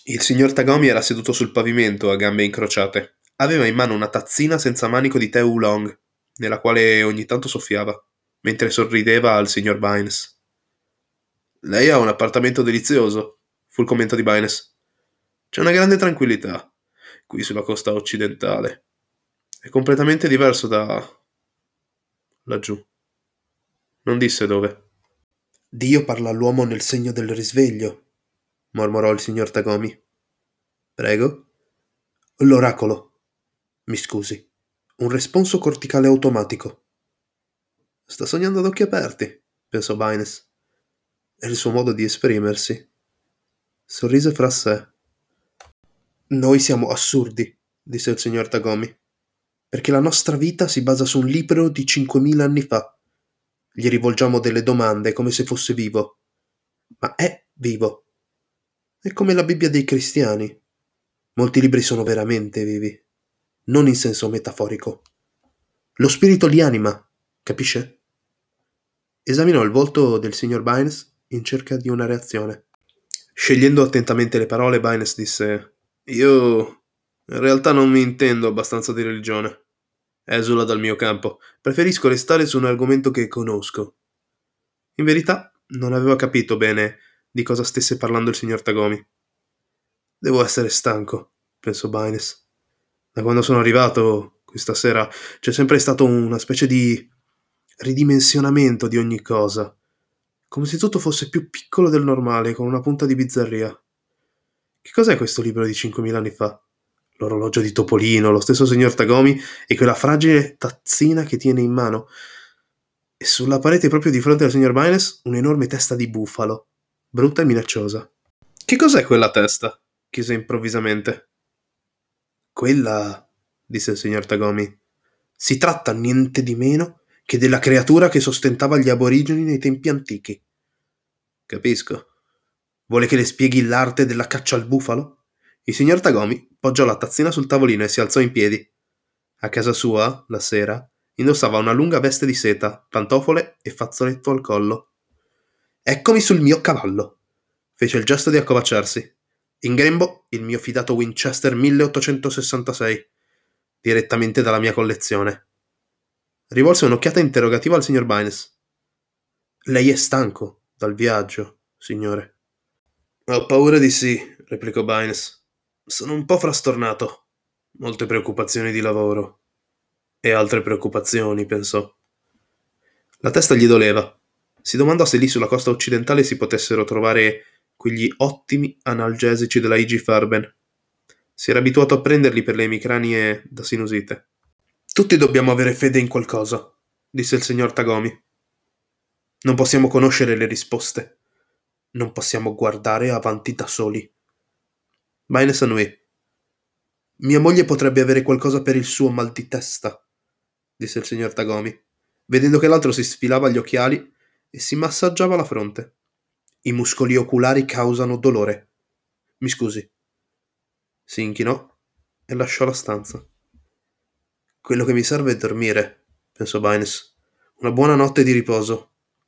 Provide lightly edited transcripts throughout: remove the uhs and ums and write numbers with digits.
Il signor Tagomi era seduto sul pavimento, a gambe incrociate. Aveva in mano una tazzina senza manico di tè oolong, nella quale ogni tanto soffiava, mentre sorrideva al signor Bynes. Lei ha un appartamento delizioso, fu il commento di Bynes. C'è una grande tranquillità, qui sulla costa occidentale. È completamente diverso da laggiù. Non disse dove. Dio parla all'uomo nel segno del risveglio, mormorò il signor Tagomi. Prego? L'oracolo. Mi scusi. Un responso corticale automatico. Sta sognando ad occhi aperti, pensò Bynes. È il suo modo di esprimersi. Sorrise fra sé. Noi siamo assurdi, disse il signor Tagomi, perché la nostra vita si basa su un libro di 5.000 anni fa. Gli rivolgiamo delle domande come se fosse vivo. Ma è vivo. È come la Bibbia dei cristiani. Molti libri sono veramente vivi, non in senso metaforico. Lo spirito li anima, capisce? Esaminò il volto del signor Bynes in cerca di una reazione. Scegliendo attentamente le parole, Bynes disse: Io in realtà non mi intendo abbastanza di religione. Esula dal mio campo. Preferisco restare su un argomento che conosco. In verità, non aveva capito bene di cosa stesse parlando il signor Tagomi. Devo essere stanco, pensò Bynes. Da quando sono arrivato questa sera c'è sempre stato una specie di ridimensionamento di ogni cosa, come se tutto fosse più piccolo del normale, con una punta di bizzarria. Che cos'è questo libro di 5.000 anni fa? L'orologio di Topolino, lo stesso signor Tagomi e quella fragile tazzina che tiene in mano. E sulla parete proprio di fronte al signor Bynes un'enorme testa di bufalo, brutta e minacciosa. Che cos'è quella testa? Chiese improvvisamente. Quella, disse il signor Tagomi, si tratta niente di meno che della creatura che sostentava gli aborigeni nei tempi antichi. Capisco. Vuole che le spieghi l'arte della caccia al bufalo? Il signor Tagomi poggiò la tazzina sul tavolino e si alzò in piedi. A casa sua, la sera, indossava una lunga veste di seta, pantofole e fazzoletto al collo. Eccomi sul mio cavallo. Fece il gesto di accovacciarsi. In grembo il mio fidato Winchester 1866, direttamente dalla mia collezione. Rivolse un'occhiata interrogativa al signor Bynes. Lei è stanco dal viaggio, signore. Ho paura di sì, replicò Bynes. Sono un po' frastornato. Molte preoccupazioni di lavoro. E altre preoccupazioni, pensò. La testa gli doleva. Si domandò se lì sulla costa occidentale si potessero trovare quegli ottimi analgesici della IG Farben. Si era abituato a prenderli per le emicranie da sinusite. Tutti dobbiamo avere fede in qualcosa, disse il signor Tagomi. Non possiamo conoscere le risposte. Non possiamo guardare avanti da soli. Bynes annuì. Mia moglie potrebbe avere qualcosa per il suo mal di testa, disse il signor Tagomi, vedendo che l'altro si sfilava gli occhiali e si massaggiava la fronte. I muscoli oculari causano dolore. Mi scusi. Si inchinò e lasciò la stanza. Quello che mi serve è dormire, pensò Bynes. Una buona notte di riposo.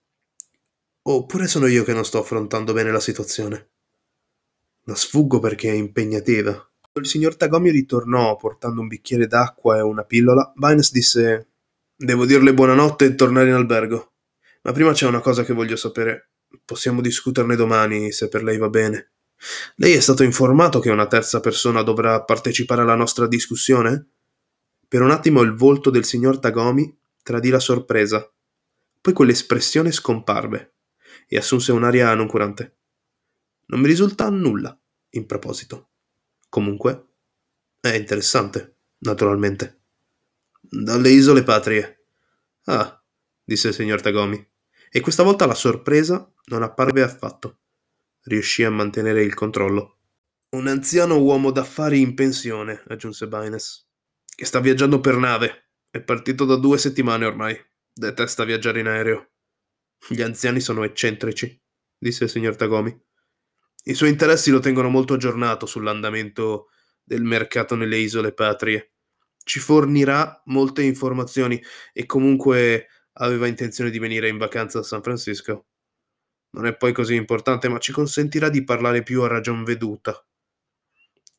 Oppure sono io che non sto affrontando bene la situazione. La sfuggo perché è impegnativa. Il signor Tagomi ritornò portando un bicchiere d'acqua e una pillola. Bynes disse: Devo dirle buonanotte e tornare in albergo. Ma prima c'è una cosa che voglio sapere. Possiamo discuterne domani, se per lei va bene. Lei è stato informato che una terza persona dovrà partecipare alla nostra discussione? Per un attimo il volto del signor Tagomi tradì la sorpresa. Poi quell'espressione scomparve e assunse un'aria noncurante. Non mi risulta nulla, in proposito. Comunque, è interessante, naturalmente. Dalle isole patrie. Ah, disse il signor Tagomi. E questa volta la sorpresa non apparve affatto. Riuscì a mantenere il controllo. Un anziano uomo d'affari in pensione, aggiunse Bynes, che sta viaggiando per nave. È partito da 2 settimane ormai. Detesta viaggiare in aereo. Gli anziani sono eccentrici, disse il signor Tagomi. I suoi interessi lo tengono molto aggiornato sull'andamento del mercato nelle isole patrie. Ci fornirà molte informazioni e comunque aveva intenzione di venire in vacanza a San Francisco. Non è poi così importante, ma ci consentirà di parlare più a ragion veduta.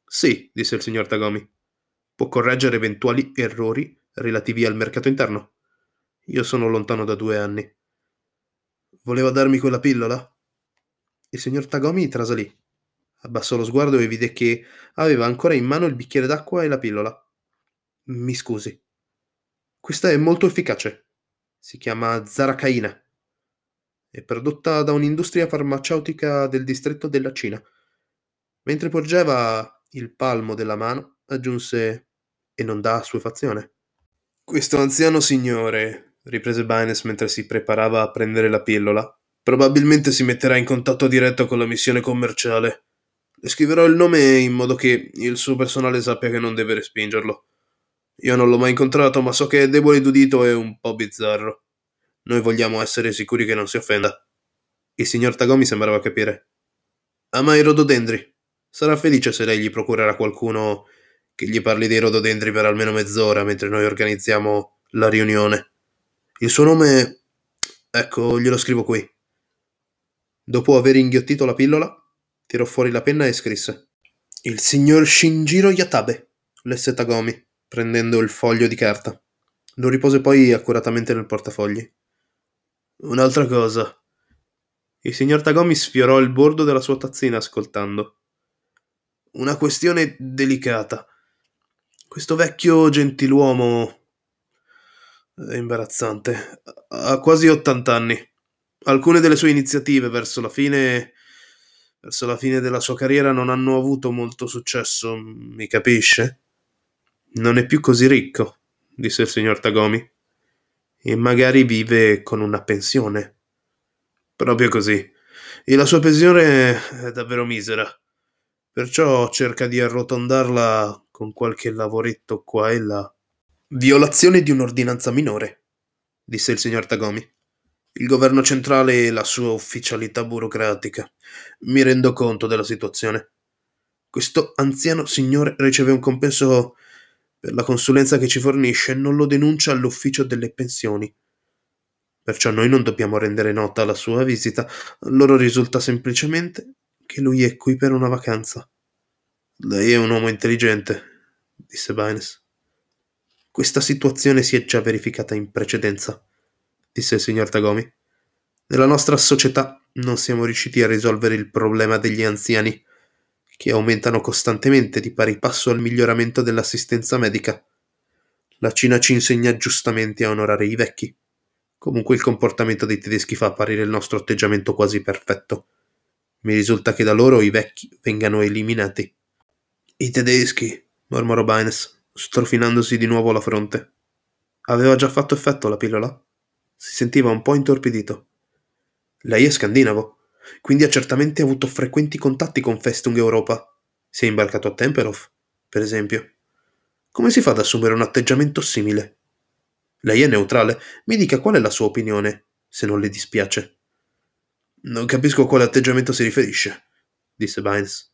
Sì, disse il signor Tagomi. Può correggere eventuali errori relativi al mercato interno. Io sono lontano da 2 anni. Voleva darmi quella pillola? Il signor Tagomi trasalì. Abbassò lo sguardo e vide che aveva ancora in mano il bicchiere d'acqua e la pillola. Mi scusi. Questa è molto efficace. Si chiama Zaracaina. È prodotta da un'industria farmaceutica del distretto della Cina. Mentre porgeva il palmo della mano, aggiunse: E non dà assuefazione. Questo anziano signore, riprese Bynes mentre si preparava a prendere la pillola, probabilmente si metterà in contatto diretto con la missione commerciale. Le scriverò il nome in modo che il suo personale sappia che non deve respingerlo. Io non l'ho mai incontrato, ma so che è debole d'udito e un po' bizzarro. Noi vogliamo essere sicuri che non si offenda. Il signor Tagomi sembrava capire. Ama i rododendri. Sarà felice se lei gli procurerà qualcuno che gli parli dei rododendri per almeno mezz'ora mentre noi organizziamo la riunione. Il suo nome... Ecco, glielo scrivo qui. Dopo aver inghiottito la pillola, tirò fuori la penna e scrisse. Il signor Shinjiro Yatabe, lesse Tagomi, prendendo il foglio di carta. Lo ripose poi accuratamente nel portafogli. Un'altra cosa. Il signor Tagomi sfiorò il bordo della sua tazzina ascoltando. Una questione delicata. Questo vecchio gentiluomo è imbarazzante. Ha quasi 80 anni. Alcune delle sue iniziative verso la fine della sua carriera non hanno avuto molto successo, mi capisce? Non è più così ricco, disse il signor Tagomi, e magari vive con una pensione. Proprio così. E la sua pensione è davvero misera. Perciò cerca di arrotondarla con qualche lavoretto qua e là. Violazione di un'ordinanza minore, disse il signor Tagomi. Il governo centrale e la sua ufficialità burocratica. Mi rendo conto della situazione. Questo anziano signore riceve un compenso per la consulenza che ci fornisce e non lo denuncia all'ufficio delle pensioni. Perciò noi non dobbiamo rendere nota la sua visita. A loro risulta semplicemente che lui è qui per una vacanza. Lei è un uomo intelligente, disse Bynes. Questa situazione si è già verificata in precedenza, disse il signor Tagomi. Nella nostra società non siamo riusciti a risolvere il problema degli anziani, che aumentano costantemente di pari passo al miglioramento dell'assistenza medica. La Cina ci insegna giustamente a onorare i vecchi. Comunque il comportamento dei tedeschi fa apparire il nostro atteggiamento quasi perfetto. Mi risulta che da loro i vecchi vengano eliminati. I tedeschi, mormorò Bynes, strofinandosi di nuovo la fronte. Aveva già fatto effetto la pillola? Si sentiva un po' intorpidito. Lei è scandinavo, quindi ha certamente avuto frequenti contatti con Festung Europa. Si è imbarcato a Tempelhof, per esempio. Come si fa ad assumere un atteggiamento simile? Lei è neutrale. Mi dica qual è la sua opinione, se non le dispiace. Non capisco a quale atteggiamento si riferisce, disse Bynes.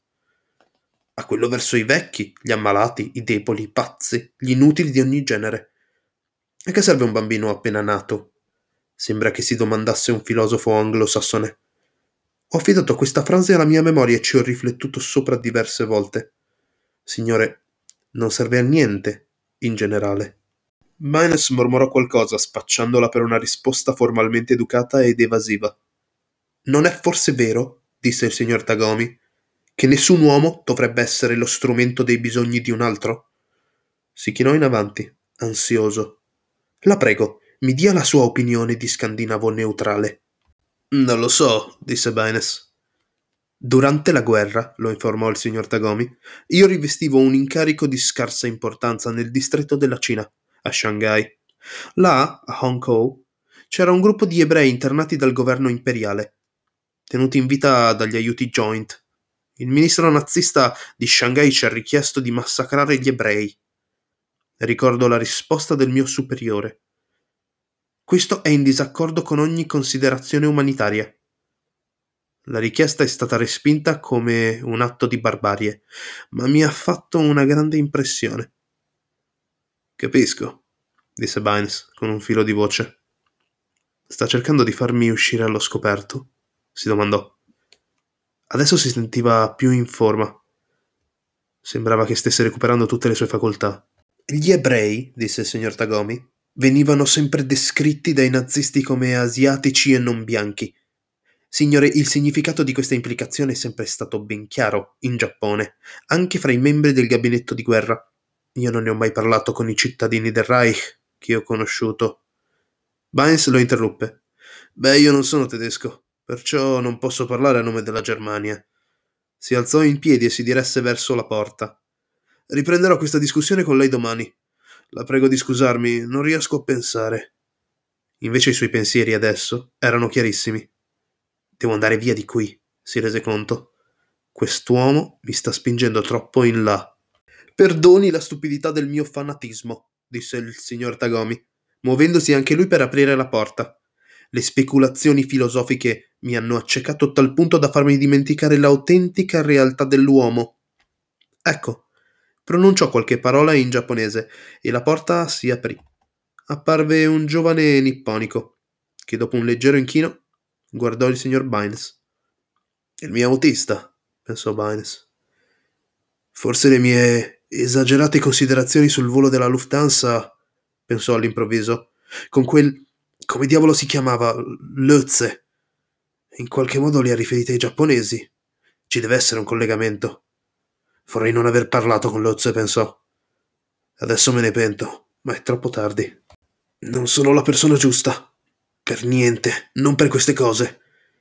A quello verso i vecchi, gli ammalati, i deboli, i pazzi, gli inutili di ogni genere. A che serve un bambino appena nato? Sembra che si domandasse un filosofo anglosassone. Ho affidato questa frase alla mia memoria e ci ho riflettuto sopra diverse volte. Signore, non serve a niente, in generale. Bynes mormorò qualcosa, spacciandola per una risposta formalmente educata ed evasiva. Non è forse vero, disse il signor Tagomi, che nessun uomo dovrebbe essere lo strumento dei bisogni di un altro? Si chinò in avanti, ansioso. La prego, mi dia la sua opinione di scandinavo neutrale. Non lo so, disse Bynes. Durante la guerra, lo informò il signor Tagomi, io rivestivo un incarico di scarsa importanza nel distretto della Cina, a Shanghai. Là, a Hong Kong, c'era un gruppo di ebrei internati dal governo imperiale, tenuti in vita dagli aiuti joint. Il ministro nazista di Shanghai ci ha richiesto di massacrare gli ebrei. Ricordo la risposta del mio superiore. Questo è in disaccordo con ogni considerazione umanitaria. La richiesta è stata respinta come un atto di barbarie, ma mi ha fatto una grande impressione. Capisco, disse Bynes con un filo di voce. Sta cercando di farmi uscire allo scoperto? Si domandò. Adesso si sentiva più in forma. Sembrava che stesse recuperando tutte le sue facoltà. Gli ebrei, disse il signor Tagomi, venivano sempre descritti dai nazisti come asiatici e non bianchi. Signore, il significato di questa implicazione è sempre stato ben chiaro in Giappone, anche fra i membri del gabinetto di guerra. Io non ne ho mai parlato con i cittadini del Reich che ho conosciuto. Bynes lo interruppe. Beh, io non sono tedesco, perciò non posso parlare a nome della Germania. Si alzò in piedi e si diresse verso la porta. Riprenderò questa discussione con lei domani. La prego di scusarmi, non riesco a pensare. Invece i suoi pensieri adesso erano chiarissimi. Devo andare via di qui, si rese conto. Quest'uomo mi sta spingendo troppo in là. Perdoni la stupidità del mio fanatismo, disse il signor Tagomi, muovendosi anche lui per aprire la porta. Le speculazioni filosofiche mi hanno accecato a tal punto da farmi dimenticare l'autentica realtà dell'uomo. Ecco, pronunciò qualche parola in giapponese e la porta si aprì. Apparve un giovane nipponico, che dopo un leggero inchino guardò il signor Bynes. Il mio autista, pensò Bynes. Forse le mie esagerate considerazioni sul volo della Lufthansa, pensò all'improvviso, con quel, come diavolo si chiamava, Lotse. In qualche modo li ha riferiti ai giapponesi. Ci deve essere un collegamento. Vorrei non aver parlato con Lotse, pensò. Adesso me ne pento, ma è troppo tardi. Non sono la persona giusta. Per niente, non per queste cose.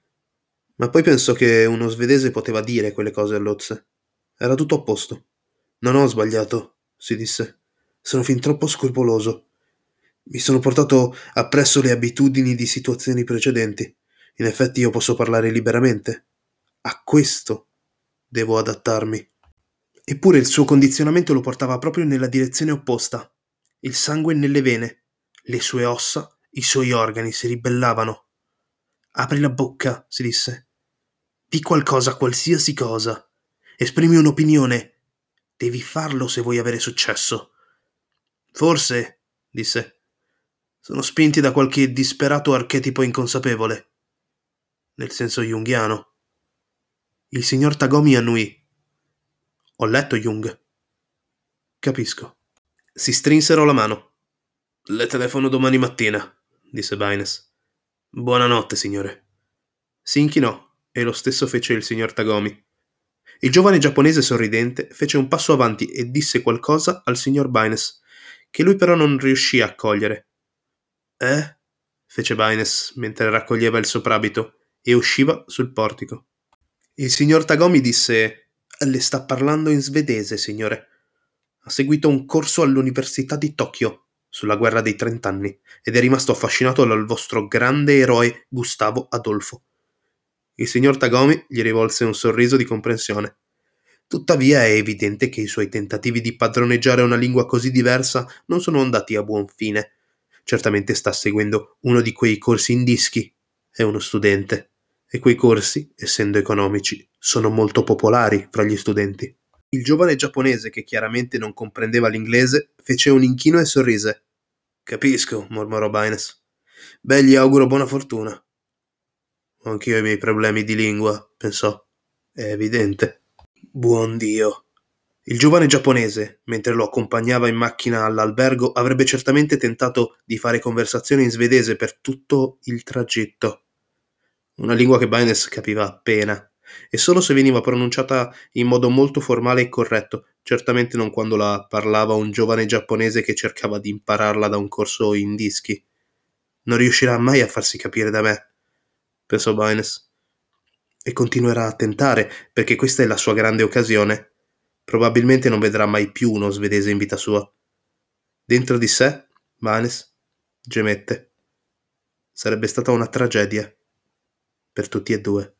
Ma poi pensò che uno svedese poteva dire quelle cose a Lotse. Era tutto a posto. Non ho sbagliato, si disse. Sono fin troppo scrupoloso. Mi sono portato appresso le abitudini di situazioni precedenti. In effetti io posso parlare liberamente. A questo devo adattarmi. Eppure il suo condizionamento lo portava proprio nella direzione opposta. Il sangue nelle vene, le sue ossa, i suoi organi si ribellavano. Apri la bocca, si disse. Di qualcosa, qualsiasi cosa. Esprimi un'opinione. Devi farlo se vuoi avere successo. Forse, disse, sono spinti da qualche disperato archetipo inconsapevole. Nel senso junghiano. Il signor Tagomi annuì. Ho letto Jung. Capisco. Si strinsero la mano. Le telefono domani mattina, disse Bynes. Buonanotte, signore. Si inchinò e lo stesso fece il signor Tagomi. Il giovane giapponese sorridente fece un passo avanti e disse qualcosa al signor Bynes, che lui però non riuscì a cogliere. Fece Bynes mentre raccoglieva il soprabito e usciva sul portico. Il signor Tagomi disse: Le sta parlando in svedese, signore. Ha seguito un corso all'Università di Tokyo sulla guerra dei 30 anni ed è rimasto affascinato dal vostro grande eroe Gustavo Adolfo. Il signor Tagomi gli rivolse un sorriso di comprensione. Tuttavia è evidente che i suoi tentativi di padroneggiare una lingua così diversa non sono andati a buon fine. Certamente sta seguendo uno di quei corsi in dischi. È uno studente. E quei corsi, essendo economici, sono molto popolari fra gli studenti. Il giovane giapponese, che chiaramente non comprendeva l'inglese, fece un inchino e sorrise. Capisco, mormorò Bynes. Beh, gli auguro buona fortuna. Ho anch'io i miei problemi di lingua, pensò. È evidente. Buon Dio. Il giovane giapponese, mentre lo accompagnava in macchina all'albergo, avrebbe certamente tentato di fare conversazione in svedese per tutto il tragitto. Una lingua che Bynes capiva appena, e solo se veniva pronunciata in modo molto formale e corretto, certamente non quando la parlava un giovane giapponese che cercava di impararla da un corso in dischi. Non riuscirà mai a farsi capire da me, pensò Bynes. E continuerà a tentare, perché questa è la sua grande occasione. Probabilmente non vedrà mai più uno svedese in vita sua. Dentro di sé, Bynes gemette. Sarebbe stata una tragedia per tutti e due.